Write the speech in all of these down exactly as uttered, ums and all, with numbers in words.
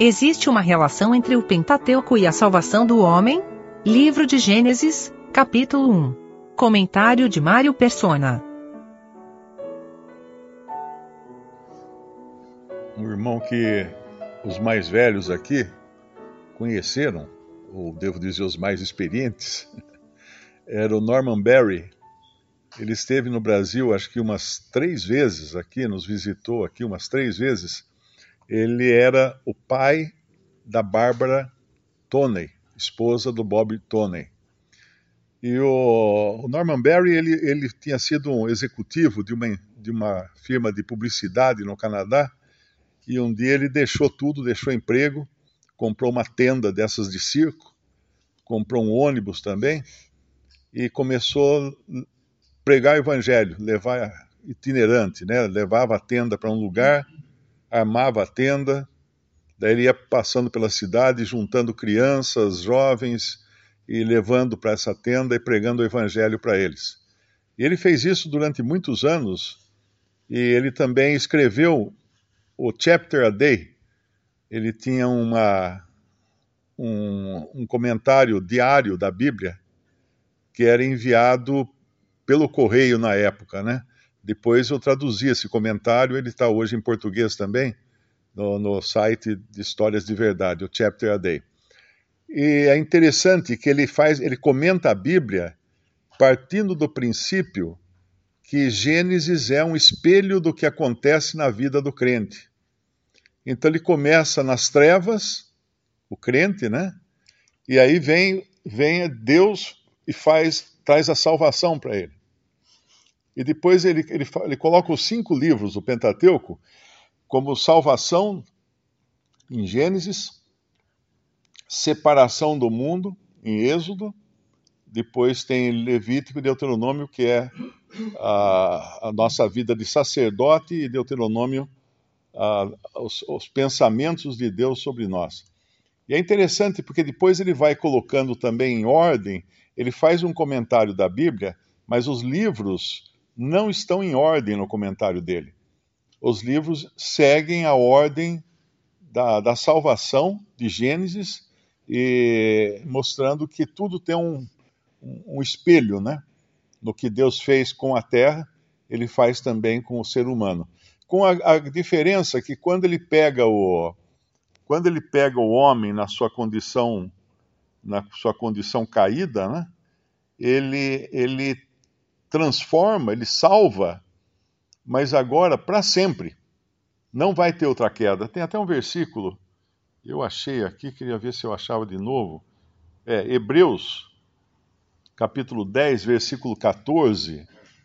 Existe uma relação entre o Pentateuco e a salvação do homem? Livro de Gênesis, capítulo um. Comentário de Mário Persona. Um irmão que os mais velhos aqui conheceram, ou devo dizer os mais experientes, era o Norman Berry. Ele esteve no Brasil acho que umas três vezes aqui, nos visitou aqui umas três vezes. Ele era o pai da Bárbara Toney, esposa do Bob Toney. E o, o Norman Berry, ele, ele tinha sido um executivo de uma, de uma firma de publicidade no Canadá, e um dia ele deixou tudo, deixou emprego, comprou uma tenda dessas de circo, comprou um ônibus também, e começou a pregar o evangelho, levar itinerante, né? Levava a tenda para um lugar, armava a tenda, daí ele ia passando pela cidade, juntando crianças, jovens, e levando para essa tenda e pregando o evangelho para eles. E ele fez isso durante muitos anos, e ele também escreveu o Chapter a Day. Ele tinha uma, um, um comentário diário da Bíblia, que era enviado pelo correio na época, né? Depois eu traduzi esse comentário, ele está hoje em português também, no, no site de Histórias de Verdade, o Chapter a Day. E é interessante que ele faz, ele comenta a Bíblia partindo do princípio que Gênesis é um espelho do que acontece na vida do crente. Então ele começa nas trevas, o crente, né? E aí vem, vem Deus e faz, traz a salvação para ele. E depois ele, ele, ele coloca os cinco livros do Pentateuco como salvação em Gênesis, separação do mundo em Êxodo, depois tem Levítico e Deuteronômio, que é a, a nossa vida de sacerdote, e Deuteronômio, a, os, os pensamentos de Deus sobre nós. E é interessante porque depois ele vai colocando também em ordem, ele faz um comentário da Bíblia, mas os livros não estão em ordem no comentário dele. Os livros seguem a ordem da, da salvação de Gênesis, e mostrando que tudo tem um, um, um espelho, né? No que Deus fez com a terra, ele faz também com o ser humano. Com a, a diferença que quando ele pega o quando ele pega o homem na sua condição na sua condição caída, né? Ele ele transforma, ele salva, mas agora para sempre. Não vai ter outra queda. Tem até um versículo, eu achei aqui, queria ver se eu achava de novo. É, Hebreus, capítulo dez, versículo catorze,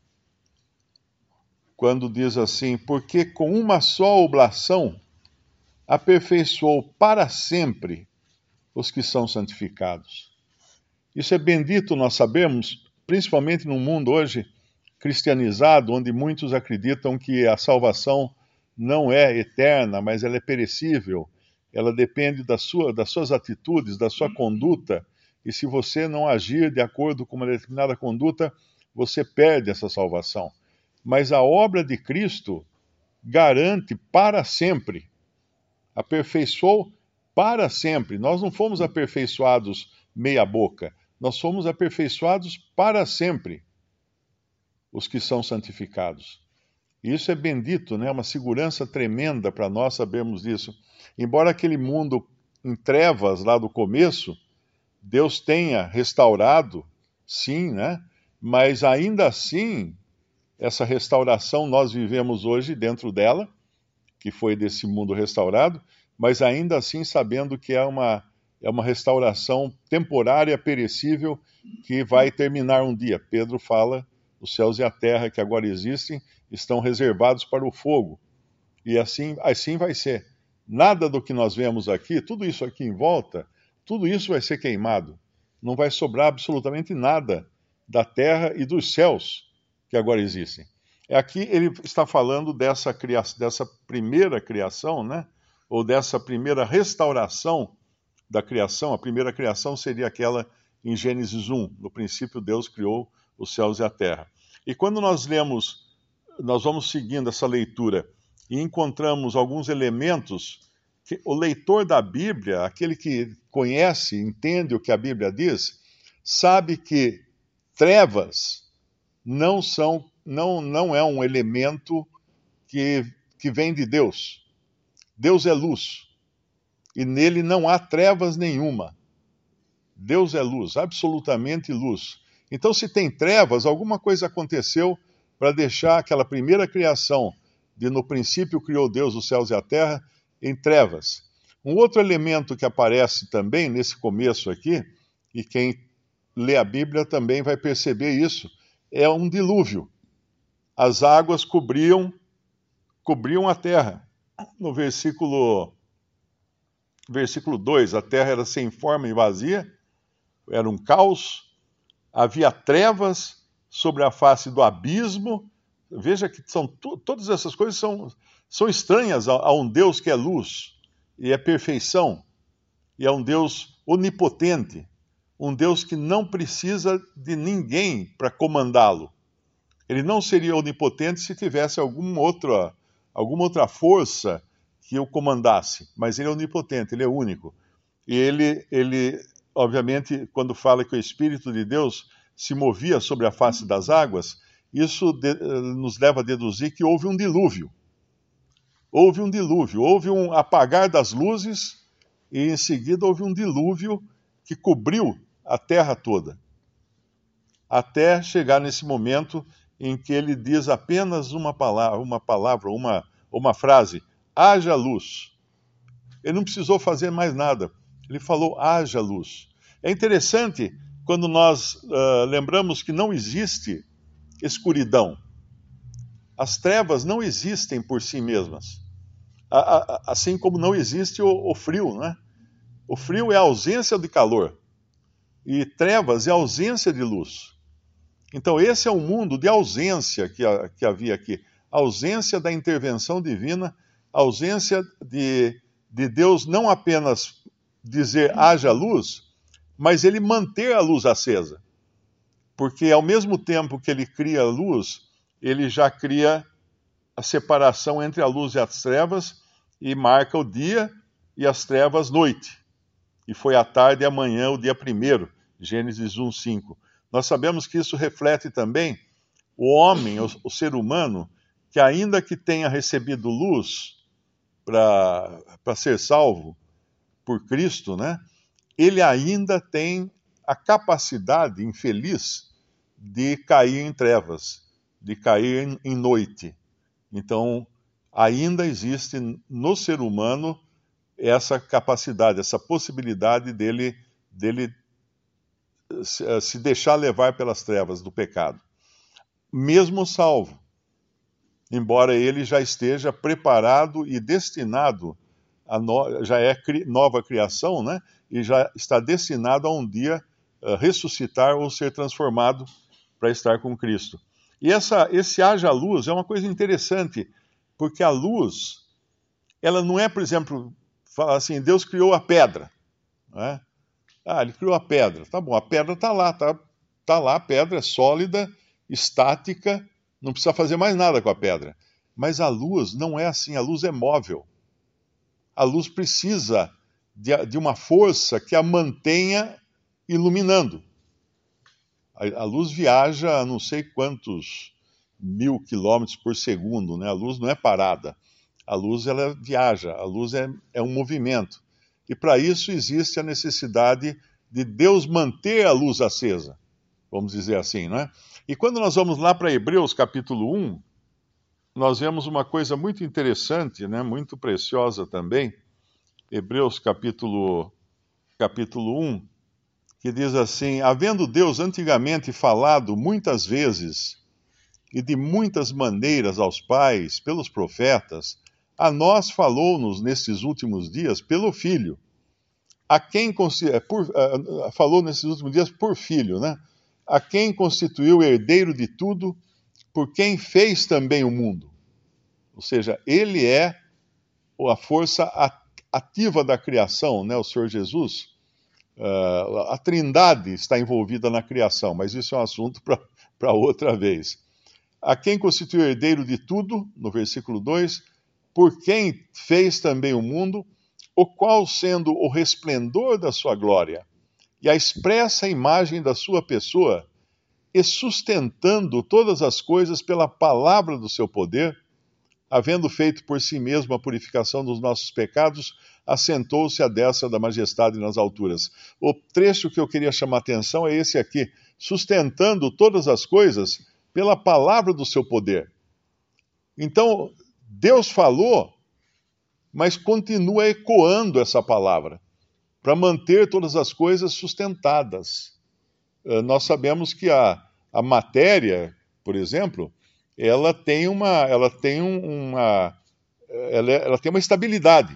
quando diz assim: porque com uma só oblação aperfeiçoou para sempre os que são santificados. Isso é bendito, nós sabemos, principalmente num mundo hoje cristianizado, onde muitos acreditam que a salvação não é eterna, mas ela é perecível. Ela depende da sua, das suas atitudes, da sua conduta, e se você não agir de acordo com uma determinada conduta, você perde essa salvação. Mas a obra de Cristo garante para sempre, aperfeiçoou para sempre. Nós não fomos aperfeiçoados meia boca, nós fomos aperfeiçoados para sempre, os que são santificados. E isso é bendito, né? Uma segurança tremenda para nós sabermos disso. Embora aquele mundo em trevas lá do começo, Deus tenha restaurado, sim, né? Mas ainda assim, essa restauração nós vivemos hoje dentro dela, que foi desse mundo restaurado, mas ainda assim sabendo que é uma, é uma restauração temporária, perecível, que vai terminar um dia. Pedro fala, os céus e a terra que agora existem estão reservados para o fogo. E assim, assim vai ser. Nada do que nós vemos aqui, tudo isso aqui em volta, tudo isso vai ser queimado. Não vai sobrar absolutamente nada da terra e dos céus que agora existem. Aqui ele está falando dessa, criação, dessa primeira criação, né? Ou dessa primeira restauração da criação. A primeira criação seria aquela em Gênesis um. No princípio Deus criou os céus e a terra. E quando nós lemos, nós vamos seguindo essa leitura e encontramos alguns elementos que o leitor da Bíblia, aquele que conhece, entende o que a Bíblia diz, sabe que trevas não são, não, não é um elemento que, que vem de Deus. Deus é luz, e nele não há trevas nenhuma. Deus é luz, absolutamente luz. Então, se tem trevas, alguma coisa aconteceu para deixar aquela primeira criação, de no princípio criou Deus os céus e a terra, em trevas. Um outro elemento que aparece também nesse começo aqui, e quem lê a Bíblia também vai perceber isso, é um dilúvio. As águas cobriam, cobriam a terra. No versículo, versículo dois, a terra era sem forma e vazia, era um caos, havia trevas sobre a face do abismo. Veja que são, todas essas coisas são, são estranhas a, a um Deus que é luz e é perfeição, e é um Deus onipotente, um Deus que não precisa de ninguém para comandá-lo. Ele não seria onipotente se tivesse alguma outra, alguma outra força que o comandasse, mas ele é onipotente, ele é único. E ele, ele, obviamente, quando fala que o Espírito de Deus se movia sobre a face das águas, isso de, nos leva a deduzir que houve um dilúvio. Houve um dilúvio, houve um apagar das luzes, e em seguida houve um dilúvio que cobriu a terra toda. Até chegar nesse momento em que ele diz apenas uma palavra, uma, palavra, uma, uma frase, haja luz. Ele não precisou fazer mais nada, ele falou haja luz. É interessante quando nós uh, lembramos que não existe escuridão. As trevas não existem por si mesmas, a, a, assim como não existe o, o frio, né? O frio é a ausência de calor, e trevas é a ausência de luz. Então esse é um mundo de ausência que, que havia aqui, a ausência da intervenção divina, a ausência de, de Deus não apenas dizer haja luz, mas ele manter a luz acesa. Porque ao mesmo tempo que ele cria a luz, ele já cria a separação entre a luz e as trevas, e marca o dia e as trevas noite. E foi a tarde e a manhã o dia primeiro, Gênesis um, cinco. Nós sabemos que isso reflete também o homem, o, o ser humano, que ainda que tenha recebido luz para ser salvo por Cristo, né, ele ainda tem a capacidade infeliz de cair em trevas, de cair em, em noite. Então, ainda existe no ser humano essa capacidade, essa possibilidade dele, dele se, se deixar levar pelas trevas do pecado. Mesmo salvo, embora ele já esteja preparado e destinado, a no, já é cri, nova criação, né? E já está destinado a um dia uh, ressuscitar ou ser transformado para estar com Cristo. E essa, esse haja luz é uma coisa interessante, porque a luz, ela não é, por exemplo, falar assim, Deus criou a pedra, né? Ah, ele criou a pedra, tá bom, a pedra está lá, tá, tá lá, a pedra é sólida, estática, não precisa fazer mais nada com a pedra. Mas a luz não é assim, a luz é móvel. A luz precisa de, de uma força que a mantenha iluminando. A, a luz viaja a não sei quantos mil quilômetros por segundo, né? A luz não é parada. A luz ela viaja, a luz é, é um movimento. E para isso existe a necessidade de Deus manter a luz acesa, vamos dizer assim, não é? E quando nós vamos lá para Hebreus capítulo um, nós vemos uma coisa muito interessante, né? Muito preciosa também. Hebreus capítulo, capítulo um, que diz assim, havendo Deus antigamente falado muitas vezes e de muitas maneiras aos pais, pelos profetas, a nós falou-nos nesses últimos dias pelo Filho, a quem por, uh, falou nesses últimos dias por Filho, né? A quem constituiu herdeiro de tudo, por quem fez também o mundo. Ou seja, ele é a força ativa da criação, né? O Senhor Jesus. Uh, a Trindade está envolvida na criação, mas isso é um assunto para outra vez. A quem constituiu herdeiro de tudo, no versículo dois, por quem fez também o mundo, o qual, sendo o resplendor da sua glória e a expressa imagem da sua pessoa, e sustentando todas as coisas pela palavra do seu poder, havendo feito por si mesmo a purificação dos nossos pecados, assentou-se à destra da majestade nas alturas. O trecho que eu queria chamar a atenção é esse aqui: sustentando todas as coisas pela palavra do seu poder. Então, Deus falou, mas continua ecoando essa palavra, para manter todas as coisas sustentadas. Uh, nós sabemos que a, a matéria, por exemplo, ela tem uma, ela tem um, uma, ela, ela tem uma estabilidade.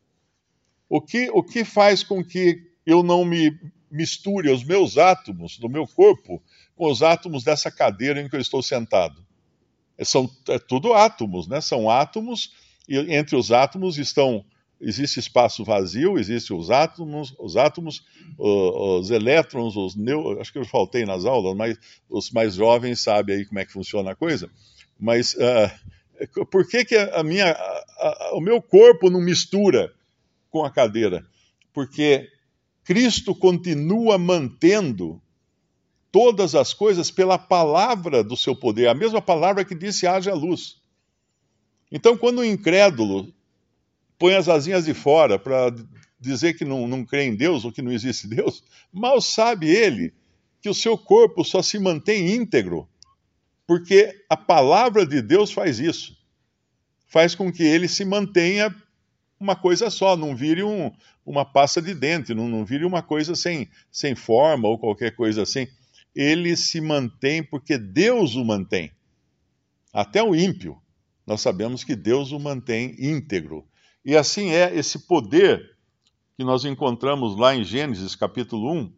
O que, o que faz com que eu não me misture os meus átomos do meu corpo com os átomos dessa cadeira em que eu estou sentado? São é tudo átomos, né? São átomos, e entre os átomos estão, existe espaço vazio, existem os átomos, os átomos, os, os elétrons, os neu, acho que eu faltei nas aulas, mas os mais jovens sabem aí como é que funciona a coisa. Mas uh, por que, que a minha, a, a, o meu corpo não mistura com a cadeira? Porque Cristo continua mantendo todas as coisas pela palavra do seu poder, a mesma palavra que disse haja luz. Então, quando o incrédulo põe as asinhas de fora para dizer que não, não crê em Deus ou que não existe Deus, mal sabe ele que o seu corpo só se mantém íntegro porque a palavra de Deus faz isso. Faz com que ele se mantenha uma coisa só, não vire um, uma pasta de dente, não, não vire uma coisa sem, sem forma ou qualquer coisa assim. Ele se mantém porque Deus o mantém. Até o ímpio, nós sabemos que Deus o mantém íntegro. E assim é esse poder que nós encontramos lá em Gênesis capítulo um,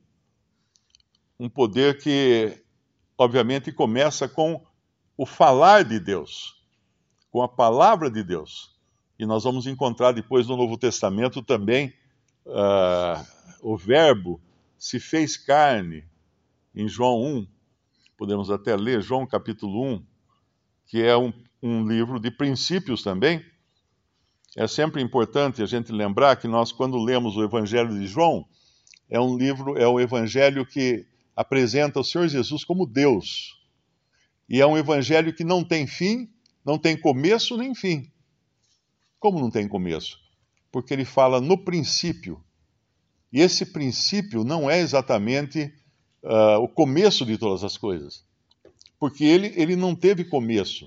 um poder que, obviamente, começa com o falar de Deus, com a palavra de Deus. E nós vamos encontrar depois no Novo Testamento também uh, o verbo se fez carne, em João um, podemos até ler João capítulo um, que é um, um livro de princípios também. É sempre importante a gente lembrar que nós, quando lemos o Evangelho de João, é um livro, é o Evangelho que apresenta o Senhor Jesus como Deus. E é um Evangelho que não tem fim, não tem começo nem fim. Como não tem começo? Porque ele fala no princípio. E esse princípio não é exatamente uh, o começo de todas as coisas. Porque ele, ele não teve começo.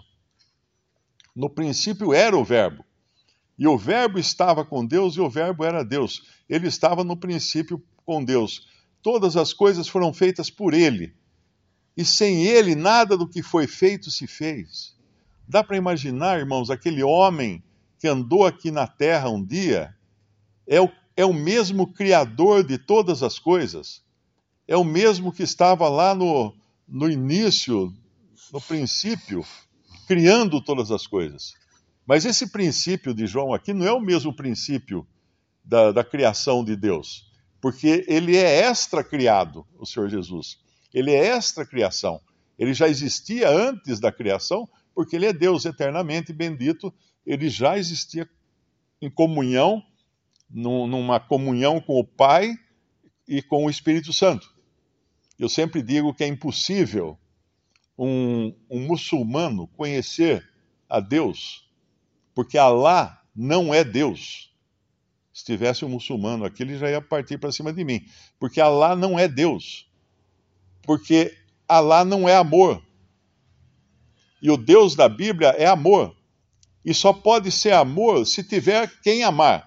No princípio era o verbo. E o verbo estava com Deus e o verbo era Deus. Ele estava no princípio com Deus. Todas as coisas foram feitas por ele. E sem ele, nada do que foi feito se fez. Dá para imaginar, irmãos, aquele homem que andou aqui na terra um dia, é o, é o mesmo Criador de todas as coisas. É o mesmo que estava lá no, no início, no princípio, criando todas as coisas. Mas esse princípio de João aqui não é o mesmo princípio da, da criação de Deus, porque ele é extra-criado, o Senhor Jesus. Ele é extra-criação. Ele já existia antes da criação, porque ele é Deus eternamente bendito. Ele já existia em comunhão, numa comunhão com o Pai e com o Espírito Santo. Eu sempre digo que é impossível um, um muçulmano conhecer a Deus, porque Alá não é Deus. Se tivesse um muçulmano aqui, ele já ia partir para cima de mim. Porque Alá não é Deus. Porque Alá não é amor. E o Deus da Bíblia é amor. E só pode ser amor se tiver quem amar.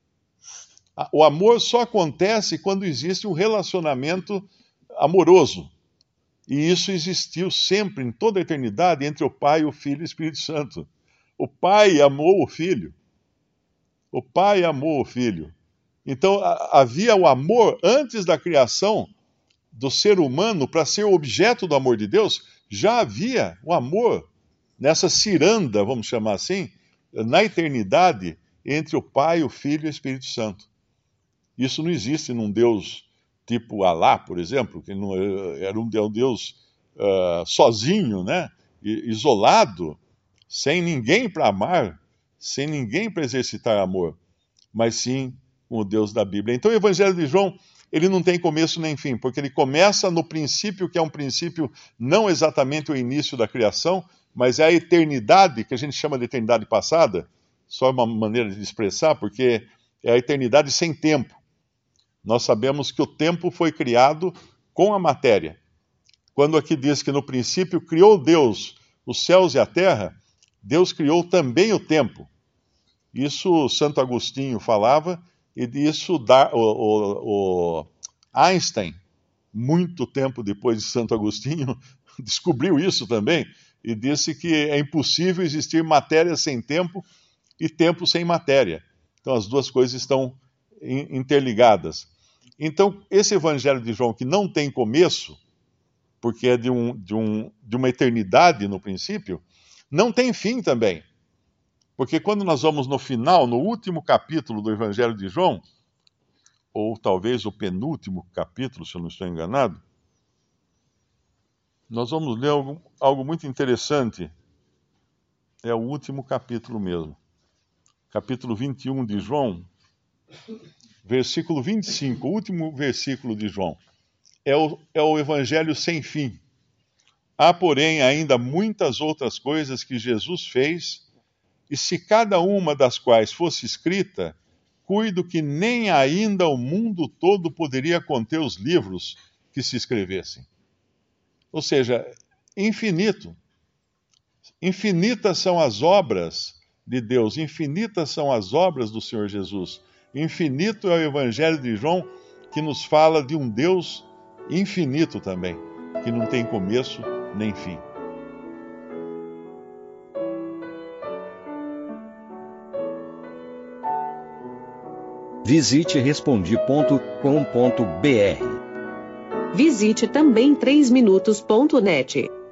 O amor só acontece quando existe um relacionamento amoroso. E isso existiu sempre, em toda a eternidade, entre o Pai, o Filho e o Espírito Santo. O Pai amou o Filho. O Pai amou o Filho. Então, havia o amor antes da criação do ser humano para ser o objeto do amor de Deus. Já havia o amor nessa ciranda, vamos chamar assim, na eternidade, entre o Pai, o Filho e o Espírito Santo. Isso não existe num Deus tipo Alá, por exemplo, que não, era um Deus uh, sozinho, né? Isolado, sem ninguém para amar, sem ninguém para exercitar amor, mas sim com o Deus da Bíblia. Então o Evangelho de João, ele não tem começo nem fim, porque ele começa no princípio, que é um princípio não exatamente o início da criação, mas é a eternidade, que a gente chama de eternidade passada, só uma maneira de expressar, porque é a eternidade sem tempo. Nós sabemos que o tempo foi criado com a matéria. Quando aqui diz que no princípio criou Deus os céus e a terra, Deus criou também o tempo. Isso Santo Agostinho falava, e isso dá, o, o, o Einstein, muito tempo depois de Santo Agostinho, descobriu isso também, e disse que é impossível existir matéria sem tempo e tempo sem matéria. Então as duas coisas estão interligadas. Então esse Evangelho de João, que não tem começo, porque é de, um, de, um, de uma eternidade no princípio, não tem fim também. Porque quando nós vamos no final, no último capítulo do Evangelho de João, ou talvez o penúltimo capítulo, se eu não estou enganado, nós vamos ler algo, algo muito interessante. É o último capítulo mesmo. Capítulo vinte e um de João, versículo vinte e cinco, o último versículo de João. É o, é o Evangelho sem fim. Há, porém, ainda muitas outras coisas que Jesus fez, e se cada uma das quais fosse escrita, cuido que nem ainda o mundo todo poderia conter os livros que se escrevessem. Ou seja, infinito. Infinitas são as obras de Deus, infinitas são as obras do Senhor Jesus. Infinito é o Evangelho de João, que nos fala de um Deus infinito também, que não tem começo nem fim. Visite respondi ponto com ponto br. Visite também três minutos ponto net.